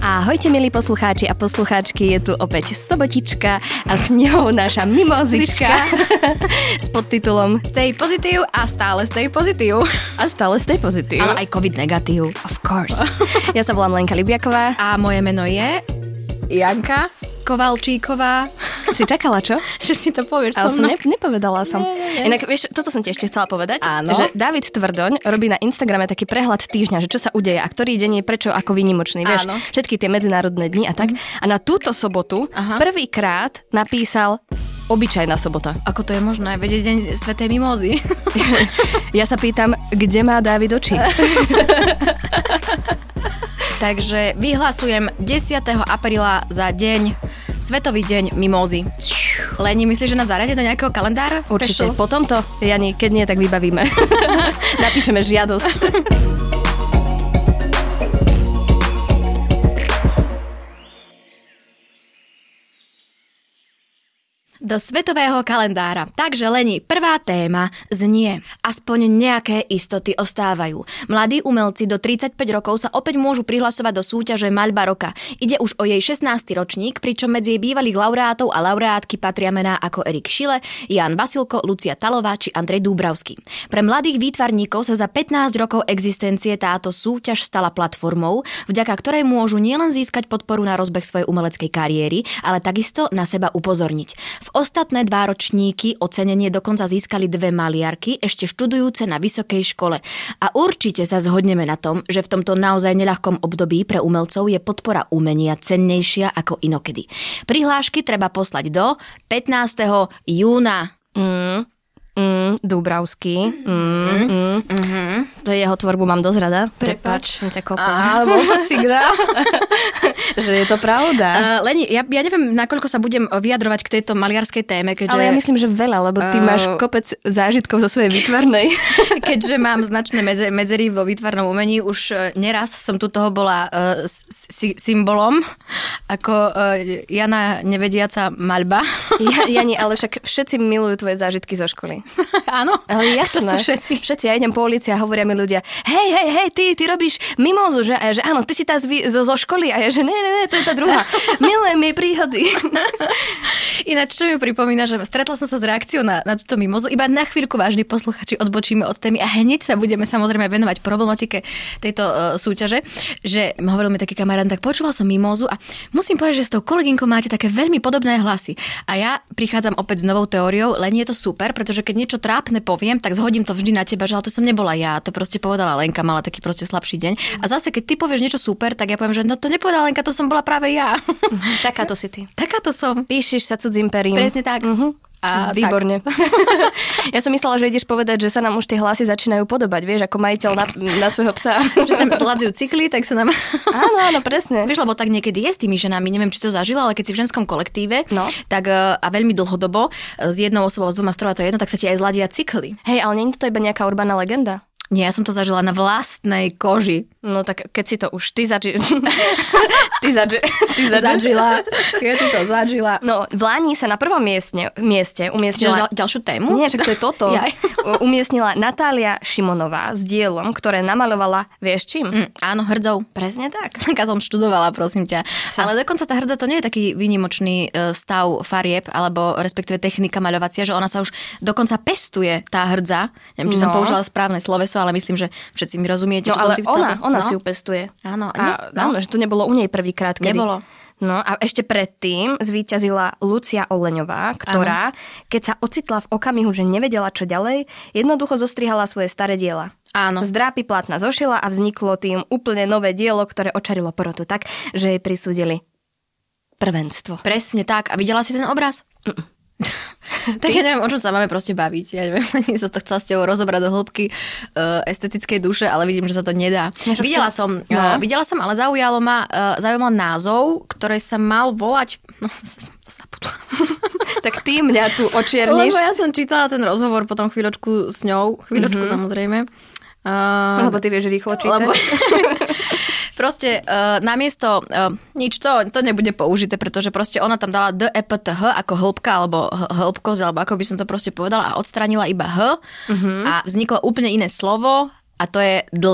Ahojte, milí poslucháči a poslucháčky, je tu opäť Sobotička a s ňou naša mimozička s podtitulom Stay pozitív a stále stay pozitív. A stále stay pozitív. Ale aj COVID negatív. Of course. Ja sa volám Lenka Libiaková. A moje meno je Janka Kovalčíková. Si čakala, čo? Že či to povieš ale so mnou? Nepovedala som. Nie. Inak, vieš, toto som ti ešte chcela povedať. Áno. Že David Tvrdoň robí na Instagrame taký prehľad týždňa, že čo sa udeje a ktorý deň je prečo ako výnimočný. Vieš, Áno. všetky tie medzinárodné dni a tak. A na túto sobotu prvýkrát napísal obyčajná sobota. Ako to je možné? Veď je deň svätej mimózy. Ja sa pýtam, kde má Dávid oči? Takže vyhlasujem 10. apríla za Svetový deň mimózy. Leni, myslíš, že nás zaradí do nejakého kalendára? Určite. Po tomto, Jani, keď nie, tak vybavíme. Napíšeme žiadosť. Do svetového kalendára. Takže, Leni, prvá téma znie. Aspoň nejaké istoty ostávajú. Mladí umelci do 35 rokov sa opäť môžu prihlasovať do súťaže Maľba roka. Ide už o jej 16. ročník, pričom medzi jej bývalých laureátov a laureátky patria mená ako Erik Šile, Jan Vasilko, Lucia Talová či Andrej Dúbravský. Pre mladých výtvarníkov sa za 15 rokov existencie táto súťaž stala platformou, vďaka ktorej môžu nielen získať podporu na rozbeh svojej umeleckej kariéry, ale takisto na seba upozorniť. V ostatné 2 ročníky ocenenie dokonca získali 2 maliarky, ešte študujúce na vysokej škole. A určite sa zhodneme na tom, že v tomto naozaj neľahkom období pre umelcov je podpora umenia cennejšia ako inokedy. Prihlášky treba poslať do 15. júna. Dúbravský. To jeho tvorbu mám dosť rada. Prepáč, som ťa kopla. Bol to signál. Že je to pravda. Leni, ja neviem, nakoľko sa budem vyjadrovať k tejto maliarskej téme, keďže... Ale ja myslím, že veľa, lebo ty máš kopec zážitkov zo svojej výtvarnej. Keďže mám značné medzery vo výtvarnom umení, už neraz som tu toho bola symbolom, ako Jana nevediaca maľba. Jani, ale však všetci milujú tvoje zážitky zo školy. Áno, ale jasné. To sú všetci. Všetci, ja idem po ulici a hovoria mi ľudia, hej, ty robíš mimózu, že? A ja, že áno, ty si tá zo školy. A ja, že ne, to je tá druhá. Milujem jej príhody. Ináč, čo mi pripomína, že stretla som sa s reakciou na túto mimózu. Iba na chvíľku, vážni posluchači, odbočíme od témy a hneď sa budeme samozrejme venovať problematike tejto súťaže, že hovoril mi taký kamarát, tak počúval som mimózu a musím povedať, že s tou kolegynkou máte také veľmi podobné hlasy. A ja prichádzam opäť s novou teóriou, len je to super, pretože keď niečo trápne poviem, tak zhodím to vždy na teba, že ale to som nebola ja, to proste povedala Lenka, mala taký proste slabší deň. A zase keď ty povieš niečo super, tak ja poviem, že no to nepovedala Lenka, to som bola práve ja. Takáto si ty. Takáto som. Píšiš sa cudzím perím. Presne tak. A výborne. Ja som myslela, že ideš povedať, že sa nám už tie hlasy začínajú podobať, vieš, ako majiteľ na svojho psa. Že sa nám zladzujú cykly, tak sa nám... Áno, presne. Vieš, lebo tak niekedy je s tými ženami, neviem, či to zažila, ale keď si v ženskom kolektíve, tak a veľmi dlhodobo s jednou osobou, s 2, s 3, to je jedno, tak sa ti aj zladia cykly. Hej, ale nie je to iba nejaká urbaná legenda? Nie, ja som to zažila na vlastnej koži. No tak keď si to už ty zažila. Ja si to zažila. No, v Lani sa na prvom mieste umiestnila... Ďalšiu tému? Nie, však to je toto. Umiestnila Natália Šimonová s dielom, ktoré namalovala, vieš čím? Áno, hrdzou. Presne tak. Ja som študovala, prosím ťa. Ale dokonca tá hrdza to nie je taký výnimočný stav farieb, alebo respektíve technika maľovacia, že ona sa už dokonca pestuje, tá hrdza. Neviem, či som použila správne sloveso, ale myslím, že všetci mi rozumiete, čo som tým chcela. Ona si ju pestuje. Áno. Áno, že to nebolo u nej prvýkrát, kedy... Nebolo. No a ešte predtým zvíťazila Lucia Oleňová, ktorá, keď sa ocitla v okamihu, že nevedela čo ďalej, jednoducho zostrihala svoje staré diela. Áno. Z drápy plátna zošila a vzniklo tým úplne nové dielo, ktoré očarilo porotu tak, že jej prisúdili prvenstvo. Presne tak. A videla si ten obraz? Tak ja neviem, o čom sa máme proste baviť. Ja neviem, ani som to chcela s tebou rozobrať do hĺbky estetickej duše, ale vidím, že sa to nedá. Videla som, ale zaujímal názov, ktorý sa mal volať... No, som to zabudla. Tak ty mňa tu očierniš. Lebo ja som čítala ten rozhovor potom chvíľočku s ňou. Chvíľočku samozrejme. Lebo ty vieš rýchlo čítať. Proste namiesto nič to nebude použité, pretože proste ona tam dala DEPTH ako hĺbka alebo hĺbkosť, alebo ako by som to proste povedala a odstránila iba H a vzniklo úplne iné slovo a to je dlh.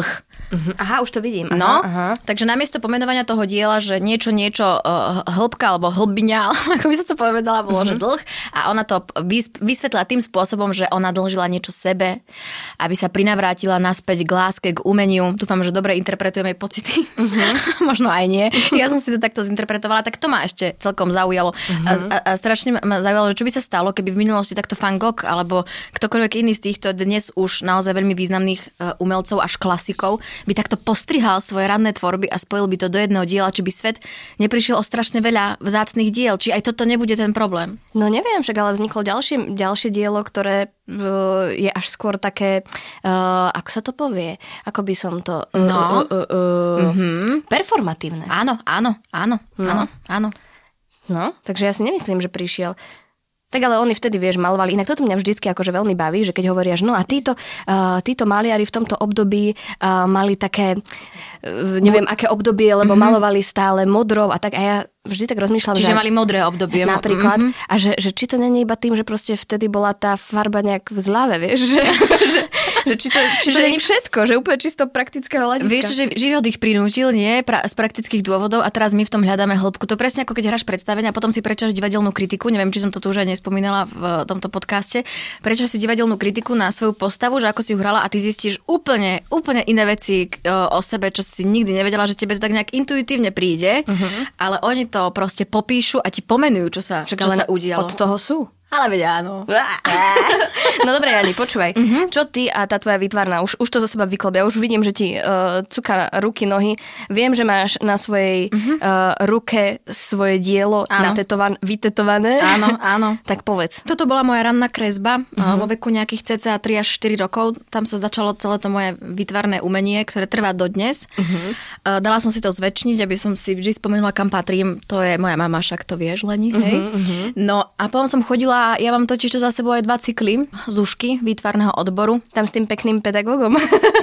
Aha, už to vidím. Aha, No, aha. takže namiesto pomenovania toho diela, že niečo hĺbka alebo hlbiňa, ako by sa to povedala, bolo, že dlh. A ona to vysvetlila tým spôsobom, že ona dlžila niečo sebe, aby sa prinavrátila naspäť k láske, k umeniu. Dúfam, že dobre interpretujeme jej pocity. Možno aj nie. Ja som si to takto zinterpretovala, tak to ma ešte celkom zaujalo. A strašne ma zaujalo, že čo by sa stalo, keby v minulosti takto Van Gogh alebo ktokoľvek iný z týchto dnes už naozaj veľmi významných umelcov až klasikov by takto postrihal svoje ranné tvorby a spojil by to do jedného diela, či by svet neprišiel o strašne veľa vzácnych diel. Či aj toto nebude ten problém? No neviem, však ale vzniklo ďalšie dielo, ktoré je až skôr také, ako sa to povie? Ako by som to... Performatívne. Áno. No, takže ja si nemyslím, že prišiel... Tak ale oni vtedy, vieš, malovali. Inak toto mňa vždycky akože veľmi baví, že keď hovoria, že no a títo maliari v tomto období mali také, neviem, aké obdobie, lebo malovali stále modrou a tak. A ja vždy tak rozmýšľam, Čiže mali modré obdobie. Napríklad. A že či to nie je iba tým, že proste vtedy bola tá farba nejak v zlave, vieš? Že či to nie je všetko, že úplne čisto praktického hľadiska. Vieš, že život ich prinútil, nie? Z praktických dôvodov a teraz my v tom hľadáme hĺbku. To presne ako keď hráš predstavenie a potom si prečítaš divadelnú kritiku. Neviem, či som to tu už aj nespomínala v tomto podcaste. Prečítaš si divadelnú kritiku na svoju postavu, že ako si ju hrala a ty zistíš úplne iné veci o sebe, čo si nikdy nevedela, že tebe to tak nejak intuitívne príde, ale oni to proste popíšu a ti pomenujú, čo sa udialo. Od toho sú. Ale veď áno. No dobre, Jani, počúvaj. Čo ty a tá tvoja výtvarná, už to zo seba vyklobia, už vidím, že ti cuká ruky, nohy. Viem, že máš na svojej ruke svoje dielo vytetované. Áno. Tak povedz. Toto bola moja ranná kresba vo veku nejakých cca 3 až 4 rokov. Tam sa začalo celé to moje výtvarné umenie, ktoré trvá dodnes. Dala som si to zväčšniť, aby som si vždy spomenula, kam patrím. To je moja mama, však to vieš, Leni, hej? No a potom som chodila. Ja mám totiž to za sebou aj 2 cykly Zúšky výtvarného odboru. Tam s tým pekným pedagógom.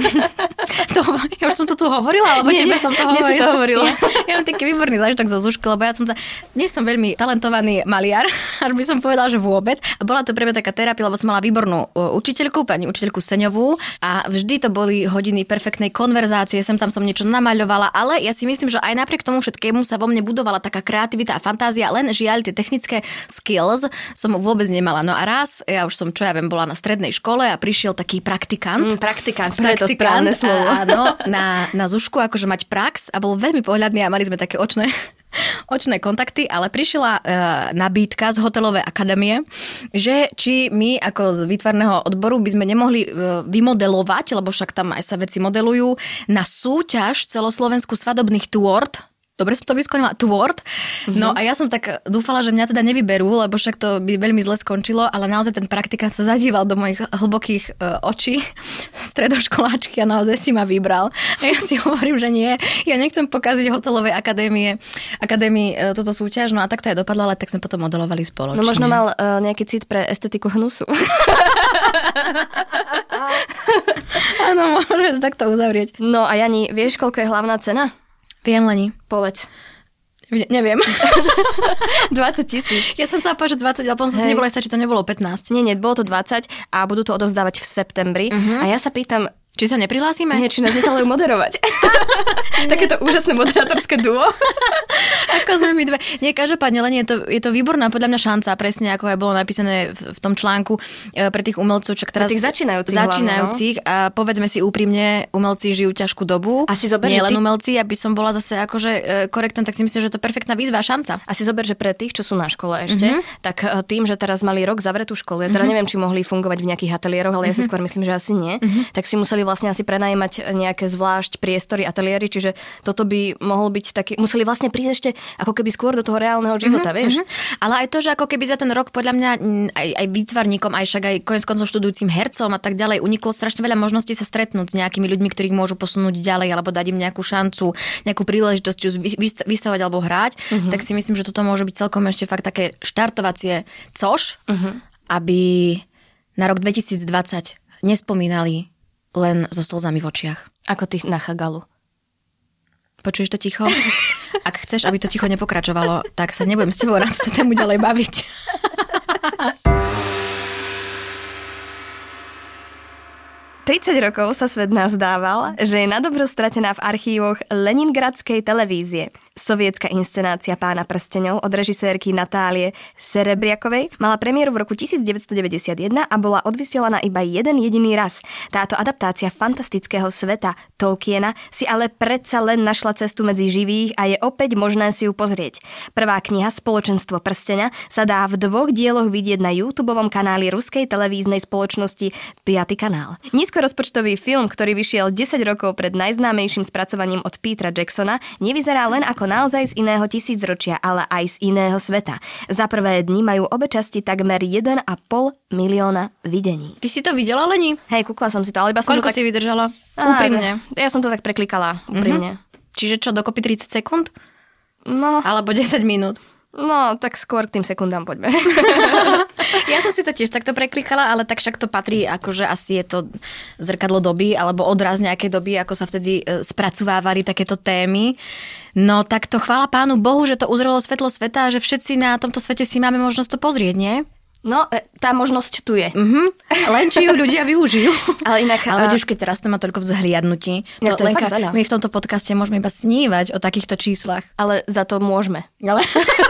Ja už som to tu hovorila, alebo tebe som to hovorila. Nie si to hovorila. Ja mám taký výborný zážitok zo Zúšky, lebo nie som veľmi talentovaný maliar, až by som povedala, že vôbec. A bola to pre mňa taká terapia, lebo som mala výbornú učiteľku, pani učiteľku Seňovú a vždy to boli hodiny perfektnej konverzácie, sem tam som niečo namaľovala, ale ja si myslím, že aj napriek tomu všetkému sa vo mne budovala taká kreativita a fantázia, len žiaľ tie technické skills som vôbec nemala. No a raz, ja už som, bola na strednej škole a prišiel taký praktikant. Praktikant, to je to správne slovo. Áno, na Zúšku akože mať prax a bol veľmi pohľadný a mali sme také očné kontakty, ale prišla nabídka z hotelovej akadémie, že či my ako z výtvarného odboru by sme nemohli vymodelovať, lebo však tam aj sa veci modelujú, na súťaž celoslovenskú svadobných tôrt. Dobre som to vysklonila, tôrt. No a ja som tak dúfala, že mňa teda nevyberú, lebo však to by veľmi zle skončilo, ale naozaj ten praktikant sa zadíval do mojich hlbokých očí stredoškoláčky a naozaj si ma vybral. A ja si hovorím, že nie, ja nechcem pokaziť hotelovej akadémii túto súťaž, no a tak to aj dopadlo, ale tak sme potom modelovali spoločne. No možno mal nejaký cit pre estetiku hnusu. Áno, môžeme to takto uzavrieť. No a Jani, vieš, koľko je hlavná cena? Viem, Leni. Povedz. Neviem. 20 000. Ja som chcela povedať, že 20, ale potom sa si nebolo istá, či to nebolo 15. Nie, bolo to 20 a budú to odovzdávať v septembri. A ja sa pýtam, či sa neprihlásime? Nie, či nás nezaľajú moderovať. Takéto úžasné moderátorské duo. Ako sme my dve. Nie, každopádne, len je to výborná podľa mňa šanca, presne ako aj bolo napísané v tom článku pre tých umelcov, čo teraz... Pre tých začínajúcich. A povedzme si úprimne, umelci žijú ťažkú dobu. A si zober, nie len umelci, aby som bola zase akože korektná, tak si myslím, že to je perfektná výzva a šanca. A si zober, že pre tých, čo sú na škole ešte, tak tým, že teraz mali rok zavretú školu, ja teda neviem, či mohli fungovať v nejakých ateliéroch, ale ja si skôr myslím, že asi nie, tak si museli vlastne asi prenajímať nejaké zvlášť priestory, ateliéry, čiže toto by mohol byť taký, museli vlastne prísť ešte ako keby skôr do toho reálneho života, vieš? Ale aj to, že ako keby za ten rok podľa mňa aj výtvarníkom, aj však aj koniec koncov študujúcim hercom a tak ďalej uniklo strašne veľa možností sa stretnúť s nejakými ľuďmi, ktorých môžu posunúť ďalej alebo dať im nejakú šancu, nejakú príležitosť vystavať alebo hrať, tak si myslím, že toto môže byť celkom ešte fakt také štartovacie což, aby na rok 2020 nespomínali len so slzami v očiach. Ako ty na Chagalu. Počuješ to ticho? Ak chceš, aby to ticho nepokračovalo, tak sa nebudem s tebou na túto tému ďalej baviť. 30 rokov sa svet nazdával, že je nadobro stratená v archívoch Leningradskej televízie. Sovietská inscenácia Pána prsteňov od režisérky Natálie Serebriakovej mala premiéru v roku 1991 a bola odvysielaná iba jeden jediný raz. Táto adaptácia fantastického sveta Tolkiena si ale predsa len našla cestu medzi živých a je opäť možné si ju pozrieť. Prvá kniha Spoločenstvo prsteňa sa dá v 2 dieloch vidieť na YouTubeovom kanáli ruskej televíznej spoločnosti 5. kanál. Nízkorozpočtový film, ktorý vyšiel 10 rokov pred najznámejším spracovaním od Petera Jacksona, nevyzerá len ako naozaj z iného tisícročia, ale aj z iného sveta. Za prvé dni majú obe časti takmer 1,5 milióna videní. Ty si to videla, Leni? Hej, kúkla som si to, ale iba som Koľko to si vydržala? Úprimne. Ja som to tak preklikala, úprimne. Čiže čo, dokopy 30 sekúnd? No. Alebo 10 minút? No, tak skôr k tým sekundám poďme. Ja som si to tiež takto preklikala, ale tak však to patrí, akože asi je to zrkadlo doby, alebo odraz nejakej doby, ako sa vtedy spracovávali takéto témy. No tak to chvála Pánu Bohu, že to uzrelo svetlo sveta a že všetci na tomto svete si máme možnosť to pozrieť, nie? No, tá možnosť tu je. Len či ju ľudia využijú. Ale inak... Ale už keď teraz to má toľko vzhliadnutí. Ja, to Lenka, veľa. my v tomto podcaste môžeme iba snívať o takýchto číslach. Ale za to môžeme. Ale...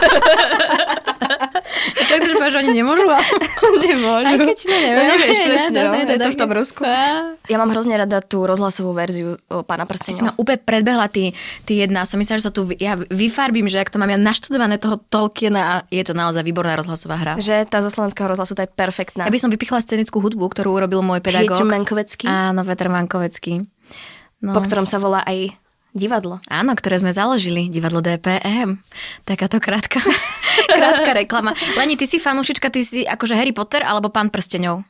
Čo chceš povedať, že oni nemôžu? Nemôžu. Aj keď neviem. Nevieš presne, to je to v tom Rusku. Ja mám hrozne rada tú rozhlasovú verziu Pána prsteňov. Si ma úplne predbehla ty jedna. Som myslela, že sa tu ja vyfarbím, že ak to mám ja naštudované toho Tolkiena a je to naozaj výborná rozhlasová hra. Že tá zo slovenského rozhlasu, tá je perfektná. Ja by som vypichla scenickú hudbu, ktorú urobil môj pedagóg. Peter Mankovecký. Áno, Peter Mankovecký. No. Po ktorom sa volá aj divadlo. Áno, ktoré sme založili. Divadlo DPM. Takáto krátka reklama. Leni, ty si fanúšička, ty si akože Harry Potter alebo Pán prsteňov?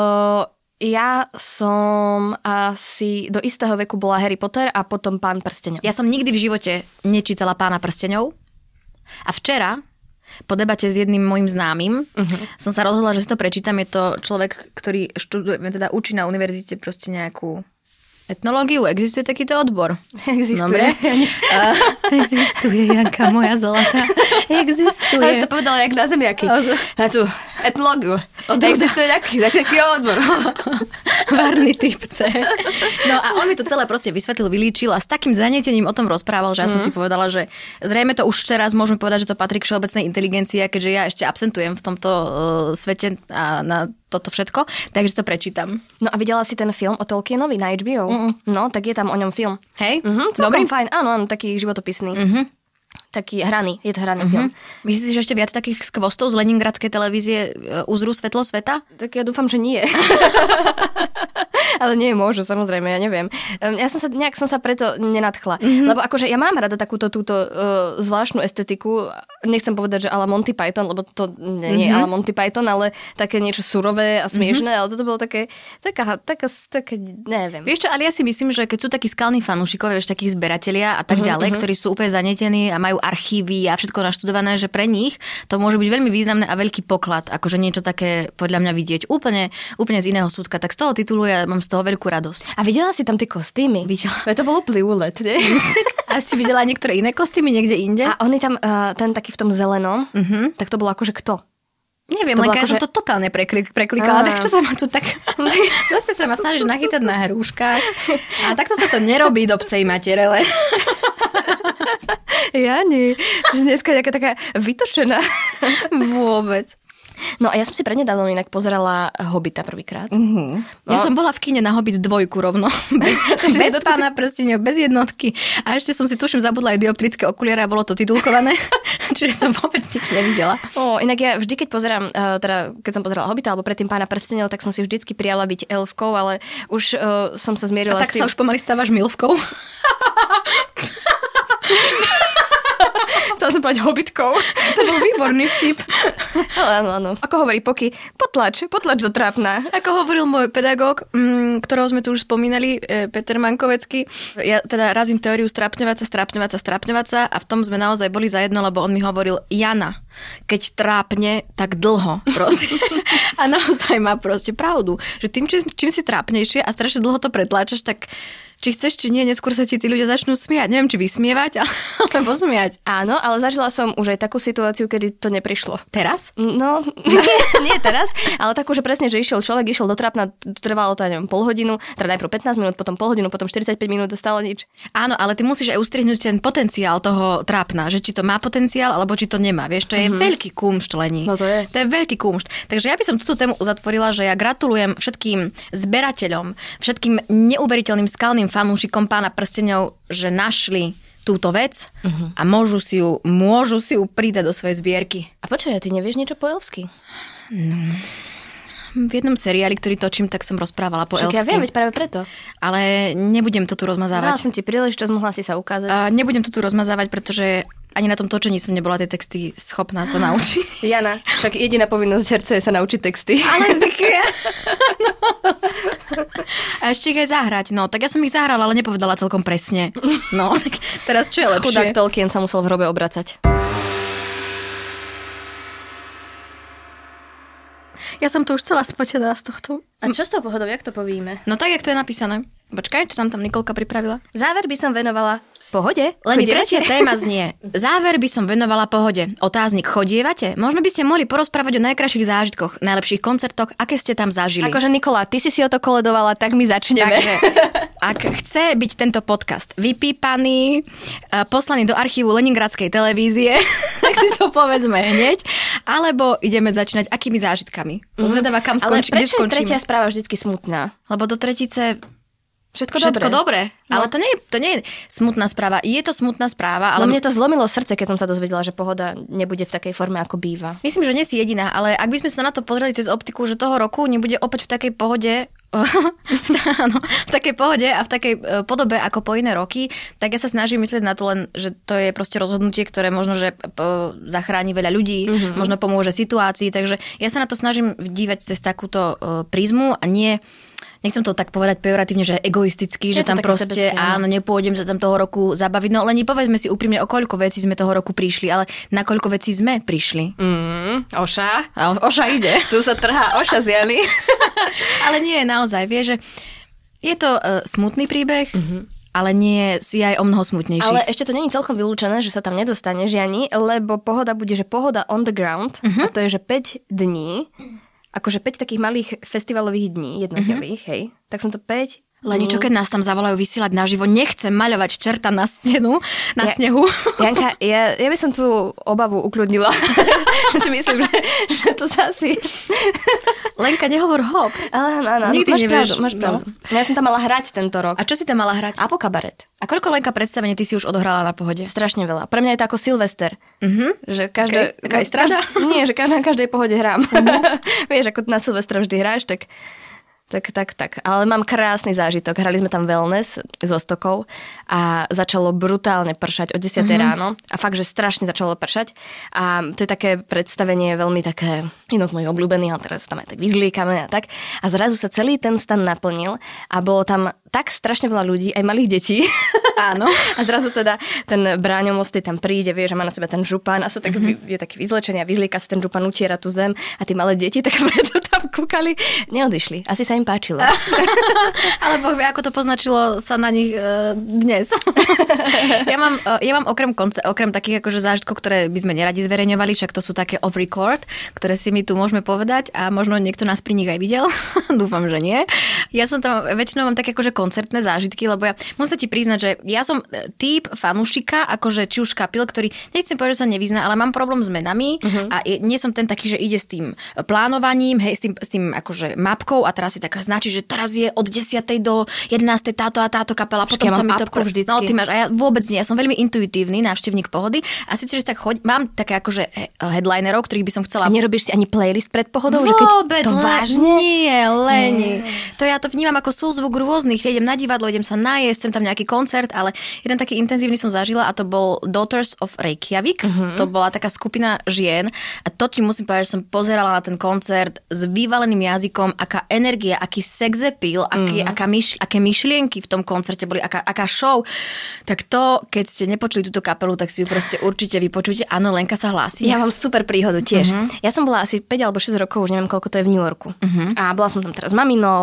Ja som asi do istého veku bola Harry Potter a potom Pán prsteňov. Ja som nikdy v živote nečítala Pána prsteňov. A včera, po debate s jedným môjim známym, som sa rozhodla, že si to prečítam. Je to človek, ktorý študuje, teda učí na univerzite proste nejakú etnológiu. Existuje takýto odbor? Existuje. Dobre. Existuje, Janka, moja zlatá. Existuje. Ale si to povedala jak na zemiaky. Na tú etnológiu. Existuje taký odbor. Varný typ C. No a on mi to celé proste vysvetlil, vylíčil a s takým zanietením o tom rozprával, že ja som si povedala, že zrejme to už teraz môžeme povedať, že to patrí k všeobecnej inteligencii, keďže ja ešte absentujem v tomto svete a na toto všetko, takže to prečítam. No a videla si ten film o Tolkienovi na HBO? No, tak je tam o ňom film. Hej? Dobrý? Fajn, áno, taký životopisný. Taký hraný, je to hraný film. Myslíš si, že ešte viac takých skvostov z Leningradskej televízie uzrú svetlo sveta? Tak ja dúfam, že nie. Ale nie môžu, samozrejme, ja neviem. Nejak som sa preto nenadchla. Lebo akože ja mám rada takúto túto zvláštnu estetiku. Nechcem povedať, že ala Monty Python, lebo to nie je ala Monty Python, ale také niečo surové a smiešné, ale toto bolo také, neviem. Vieš čo, ale ja si myslím, že keď sú takí skalní fanúšikovia, vieš, takí zberatelia a tak ďalej, ktorí sú úplne zanietení a majú archívy a všetko naštudované, že pre nich to môže byť veľmi významné a veľký poklad, akože niečo také podľa mňa vidieť úplne z iného súdka. Tak z toho titulu ja mám z toho veľkú radosť. A videla si tam tie kostýmy? Videla. To bolo plivulet, nie? A si videla niektoré iné kostýmy niekde inde? A on je tam, ten taký v tom zelenom, tak to bolo akože kto? Neviem, Lenka, ja som to totálne preklikala, tak čo sa ma tu tak... Zase sa ma snažíš nachytať na hrúškach a takto sa to nerobí do psej materiele. Jani, dneska je taká vytočená. Vôbec. No a ja som si prednedávno inak pozerala Hobita prvýkrát. Ja som bola v kine na Hobbit 2 rovno. Bez Pána prsteňov, bez jednotky. A ešte som si tuším zabudla aj dioptrické okuliare a bolo to titulkované. Čiže som vôbec nič nevidela. Inak ja vždy, keď pozerám, keď som pozerala Hobita alebo predtým Pána prsteňov, tak som si vždycky prijala byť elfkou, ale už som sa zmierila s tým. A tak sa už pomaly stávaš milfkou? Chcela som povedať hobitkou. To bol výborný vtip. Áno. Ako hovorí Poky, potlač zotrápna. Ako hovoril môj pedagóg, ktorého sme tu už spomínali, Peter Mankovecký, ja teda razím teóriu strápňovať sa a v tom sme naozaj boli zajedno, lebo on mi hovoril, Jana, keď trápne, tak dlho proste. A naozaj má proste pravdu, že tým, čím si trápnejšie a strašne dlho to pretláčaš, tak či chceš, či nie, neskôr sa ti tí ľudia začnú smiať. Neviem, či vysmievať, alebo smiať. Áno, ale zažila som už aj takú situáciu, kedy to neprišlo. Teraz? No, nie teraz, ale takú, že presne, že išiel do trápna, trvalo to, neviem, pol hodinu, teda najprv 15 minút, potom pol hodinu, potom 45 minút a stále nič. Áno, ale ty musíš aj ustrihnúť ten potenciál toho trápna, že či to má potenciál, alebo či to nemá. Vieš, to je veľký kumšt, Leni. No to je. To je veľký kumšt. Takže ja by som túto tému uzatvorila, že ja gratulujem všetkým zberateľom, všetkým neuveriteľným skalným fanúšikom Pána prsteňov, že našli túto vec a môžu si ju pridať do svojej zbierky. A počuj, ty nevieš niečo po elfsky? No. V jednom seriáli, ktorý točím, tak som rozprávala po elfsky. Ja viem, veď práve preto. Ale nebudem to tu rozmazávať. Dala som ti príležitosť, mohla si sa ukázať. Nebudem to tu rozmazávať, pretože ani na tom točení som nebola tie texty schopná sa naučiť. Jana, však jediná povinnosť herca je sa naučiť texty. Ale tak ja... No. A ešte ich aj zahrať. No, tak ja som ich zahrala, ale nepovedala celkom presne. No, tak teraz čo je lepšie? Chudák Tolkien sa musel v hrobe obracať. Ja som to už celá spotená z tohto. A čo s tou pohodou, jak to povíme? No tak, jak to je napísané. Počkaj, čo tam Nikolka pripravila? Záver by som venovala pohode. Len tretia téma znie. Záver by som venovala pohode. Otáznik, chodievate? Možno by ste mohli porozprávať o najkrajších zážitkoch, najlepších koncertoch, aké ste tam zažili. Akože Nikola, ty si o to koledovala, tak my začneme. Takže, ak chce byť tento podcast vypípaný, poslaný do archívu Leningradskej televízie, tak si to povedzme hneď, alebo ideme začínať akými zážitkami. Zvedavá, kam skončí, kde skončíme. Ale prečo je tretia správa vždycky smutná? Lebo do tretice... Všetko dobre. No. Ale to nie je smutná správa. Je to smutná správa, ale... No mne to zlomilo srdce, keď som sa dozvedela, že pohoda nebude v takej forme, ako býva. Myslím, že nie si jediná, ale ak by sme sa na to pozreli cez optiku, že toho roku nebude opäť v takej pohode... v takej pohode a v takej podobe ako po iné roky, tak ja sa snažím myslieť na to len, že to je proste rozhodnutie, ktoré možno, že zachráni veľa ľudí, možno pomôže situácii, takže ja sa na to snažím dívať cez takúto prízmu a nie... Nechcem to tak povedať pejoratívne, že egoisticky, že tam proste, áno, nepôjdem sa tam toho roku zabaviť. No len povedzme si úprimne, o koľko vecí sme toho roku prišli, ale na koľko vecí sme prišli. Oša. Oša ide. Tu sa trhá Oša z Jany. Ale nie, naozaj, vieš, že je to smutný príbeh, ale nie si aj o mnoho smutnejší. Ale ešte to nie je celkom vylúčené, že sa tam nedostane Jani, lebo pohoda bude, že pohoda on the ground, a to je, že 5 dní, akože 5 takých malých festivalových dní, jednodňových, hej. Tak som to 5 Leni, čo keď nás tam zavolajú vysielať naživo? Nechcem maľovať čerta na stenu, na snehu. Janka, ja by som tvoju obavu ukľudnila. Že si myslím, že to sa asi... Lenka, nehovor hop. Áno. Nikdy nevieš. Máš pravdu. Ja som tam mala hrať tento rok. A čo si tam mala hrať? Apokabaret. A koľko, Lenka, predstavenie ty si už odohrala na pohode? Strašne veľa. Pre mňa je to ako Silvester. Že každé... Okay. Taká estrada? Nie, že na každej pohode hrám. Vieš, ako na Silvestra vždy hráš, tak. Ale mám krásny zážitok. Hrali sme tam wellness so Stokou a začalo brutálne pršať o 10 ráno. A fakt, že strašne začalo pršať. A to je také predstavenie veľmi také, jedno z mojich obľúbených, ale teraz tam aj tak vyzliekame a tak. A zrazu sa celý ten stan naplnil a bolo tam tak strašne veľa ľudí, aj malých detí. Áno. A zrazu teda ten Bráňo Mosty tam príde, vie, že má na sebe ten župan a sa tak je taký vyzlečený a vyzlieka sa ten župan, utiera tú zem a tí malé deti tak preto tam kúkali. Neodišli. Asi sa im páčilo. Ale Boh vie, ako to poznačilo sa na nich dnes. Ja mám okrem takých akože zážitkov, ktoré by sme neradi zverejňovali, však to sú také off record, ktoré si my tu môžeme povedať a možno niekto nás pri nich aj videl. Dúfam, že nie. Ja som tam väčšinou mám také akože koncertné zážitky, lebo ja musím ti priznať, že ja som typ fanúšika, akože či už kapil, ktorý nechcem povedať, že sa nevyzná, ale mám problém s menami a nie som ten taký, že ide s tým plánovaním, hej, s tým akože mapkou a teraz si taká značí, že teraz je od 10. do 11. táto a táto kapela, potom sa mi to vždycky. No, ty máš, a ja vôbec nie, ja som veľmi intuitívny návštevník pohody a síce, že tak mám také akože headlinerov, ktorých by som chcela. A nerobíš si ani playlist pred pohodou? Vôbec, že keď to vážne? Nie, Leni. To ja to vnímam ako súzvuk rôznych. Idem na divadlo, idem sa najesť, chcem tam nejaký koncert, ale jeden taký intenzívny som zažila a to bol Daughters of Reykjavik. To bola taká skupina žien a to ti musím povedať, že som pozerala na ten koncert s vyvaleným jazykom, aká energia, aký sexappeal, aké myšlienky v tom koncerte boli, aká show. Tak to, keď ste nepočuli túto kapelu, tak si ju proste určite vypočujte. Áno, Lenka sa hlási. Ja mám super príhodu tiež. Ja som bola asi 5 alebo 6 rokov, už neviem, koľko to je v New Yorku. A bola som tam teraz s maminou a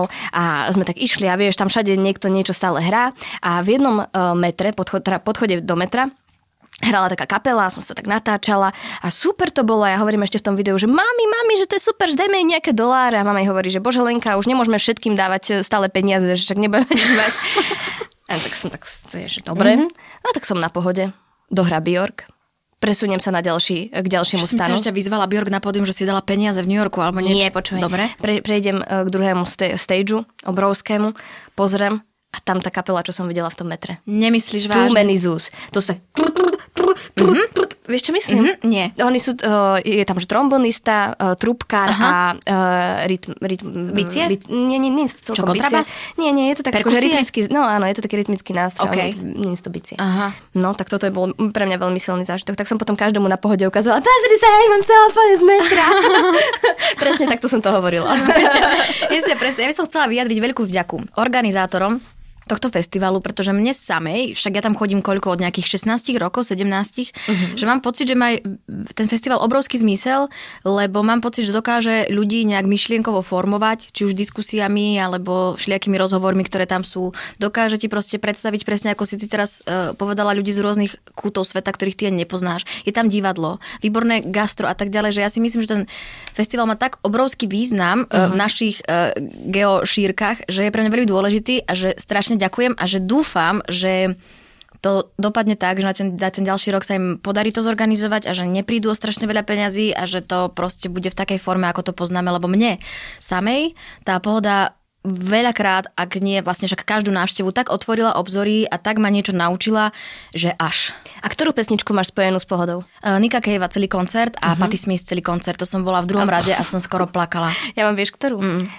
a sme tak išli a vieš, tam všade niekto niečo stále hrá a v jednom metre, podchode do metra, hrala taká kapela, som sa to tak natáčala a super to bolo. Ja hovorím ešte v tom videu, že mami, že to je super, že dajme jej nejaké doláre. A mama jej hovorí, že bože Lenka, už nemôžeme všetkým dávať stále peniaze, že však nebudeme dívať. A tak som že dobre. No tak som na pohode. Dohrá Björk. Presuniem sa k ďalšiemu stanu. Som sa ešte vyzvala Björk na pódium, že si dala peniaze v New Yorku alebo niečo. Nie, počuj. Dobre. Prejdem k druhému stageu, obrovskému, pozriem a tam tá kapela, čo som videla v tom metre. Nemyslíš vážne? Too Many Zoos. To sa... Vieš, čo myslím? Nie. Oni sú, je tam trombonista, trúbkár a bicie? Nie sú to celkom bicie. Nie, je to tak akože rytmický, no áno, je to taký rytmický nástroj, ale nie sú to bicie. Aha. No, tak toto je bol pre mňa veľmi silný zážitok. Tak som potom každému na pohode ukazovala, pozri sa, ja mám telefón z metra. Presne takto som to hovorila. Presne. Ja by som chcela vyjadriť veľkú vďaku organizátorom tohto festivalu, pretože mne samej, však ja tam chodím koľko od nejakých 16 rokov, 17, že mám pocit, že má ten festival obrovský zmysel, lebo mám pocit, že dokáže ľudí nejak myšlienkovo formovať, či už diskusiami, alebo všelijakými rozhovormi, ktoré tam sú. Dokáže ti proste predstaviť presne, ako si teraz povedala, ľudí z rôznych kútov sveta, ktorých ty ani nepoznáš. Je tam divadlo, výborné gastro a tak ďalej, že ja si myslím, že ten festival má tak obrovský význam v našich geošírkach, že je pre mňa veľmi dôležitý a že strašne ďakujem a že dúfam, že to dopadne tak, že na ten ďalší rok sa im podarí to zorganizovať a že neprídu o strašne veľa peňazí a že to proste bude v takej forme, ako to poznáme, lebo mne samej tá pohoda veľakrát, ak nie vlastne však každú návštevu, tak otvorila obzory a tak ma niečo naučila, že až. A ktorú pesničku máš spojenú s pohodou? Nika Cavea celý koncert a Patti Smith celý koncert. To som bola v druhom rade a som skoro plakala. Ja mám, vieš, ktorú?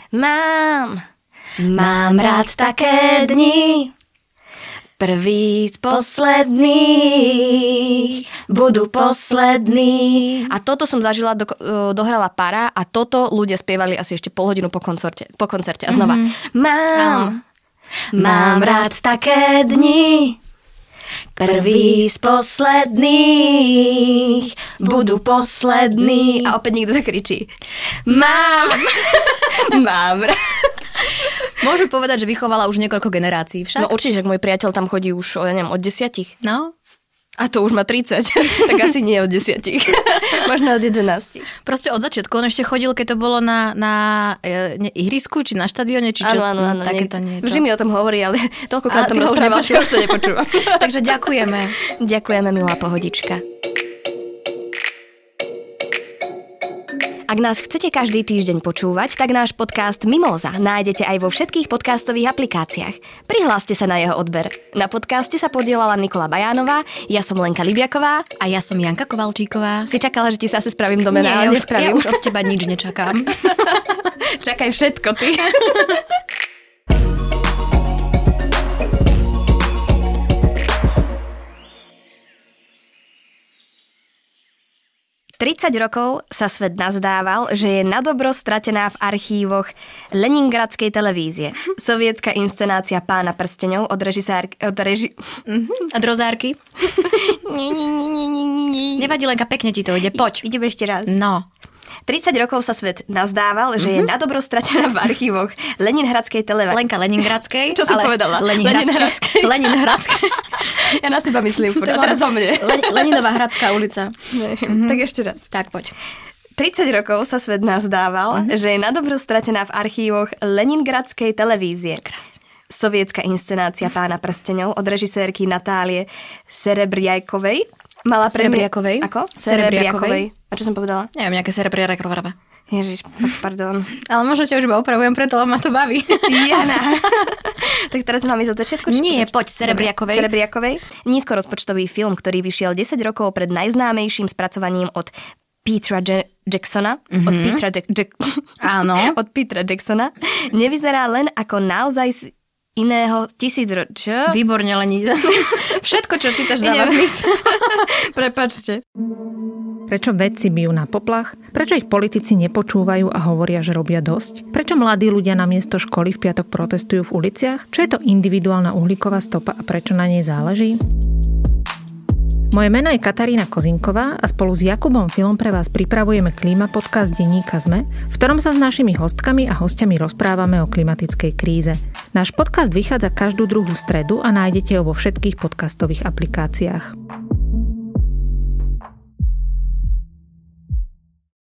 Mám rád také dni, prvý z posledných, budú poslední. A toto som zažila, dohrala para a toto ľudia spievali asi ešte pol hodinu po koncerte. A znova. Mám rád také dni, prvý z posledných, budú poslední. A opäť niekto zakričí. Mám rád. Môžu povedať, že vychovala už niekoľko generácií však? No určite, že môj priateľ tam chodí už, ja neviem, od 10. No. A to už má 30, tak asi nie od 10. Možno od 11. Proste od začiatku. On ešte chodil, keď to bolo na ihrisku, či na štadióne, či čo? Áno, takéto niečo. Vždy mi o tom hovorí, ale toľkokrát tom rozprával, že už to nepočúvam. Takže ďakujeme. Ďakujeme, milá pohodička. Ak nás chcete každý týždeň počúvať, tak náš podcast Mimóza nájdete aj vo všetkých podcastových aplikáciách. Prihláste sa na jeho odber. Na podcaste sa podielala Nikola Bajánová, ja som Lenka Libiaková a ja som Janka Kovalčíková. Si čakala, že ti sa asi spravím do mena, ale nespravím. Ja už od teba nič nečakám. Čakaj všetko, ty. 30 rokov sa svet nazdával, že je nadobro stratená v archívoch Leningradskej televízie. Sovietská inscenácia Pána prsteňov od Od rozárky? Nevadí, Lenka, pekne ti to ide, poď. Ideme ešte raz. No. 30 rokov sa svet nazdával, že je nadobro stratená v archívoch Leningradskej televízie. Lenka Leningradskej. Čo som povedala? Leningradskej. Ja na seba myslím furt. A teraz o mne. Leninová Hradská ulica. Tak ešte raz. Tak poď. 30 rokov sa svet nazdával, že je nadobro stratená v archívoch Leningradskej televízie. Krásne. Sovietská inscenácia Pána prsteňov od režisérky Natálie Serebriakovej mala Serebriakovej? Ako? Serebriakovej. A čo som povedala? Neviem, nejaké Serebriaková. Ježiš, pardon. Ale možno ťa už iba opravujem, preto ma to baví. Jana. Tak teraz mám ísť od začiatku? Nie, poď, Serebriakovej. Nízkorozpočtový film, ktorý vyšiel 10 rokov pred najznámejším spracovaním od Petera Jacksona. Áno. Od Petera Jacksona. Nevyzerá len ako naozaj iného tisícročia. Výborne, Leni. Všetko, čo čítaš, dáva zmysel. Prepáčte. Prečo vedci bijú na poplach? Prečo ich politici nepočúvajú a hovoria, že robia dosť? Prečo mladí ľudia namiesto školy v piatok protestujú v uliciach? Čo je to individuálna uhlíková stopa a prečo na nej záleží? Moje meno je Katarína Kozinková a spolu s Jakubom Filom pre vás pripravujeme Klíma podcast denníka SME, v ktorom sa s našimi hostkami a hostiami rozprávame o klimatickej kríze. Náš podcast vychádza každú druhú stredu a nájdete ho vo všetkých podcastových aplikáciách.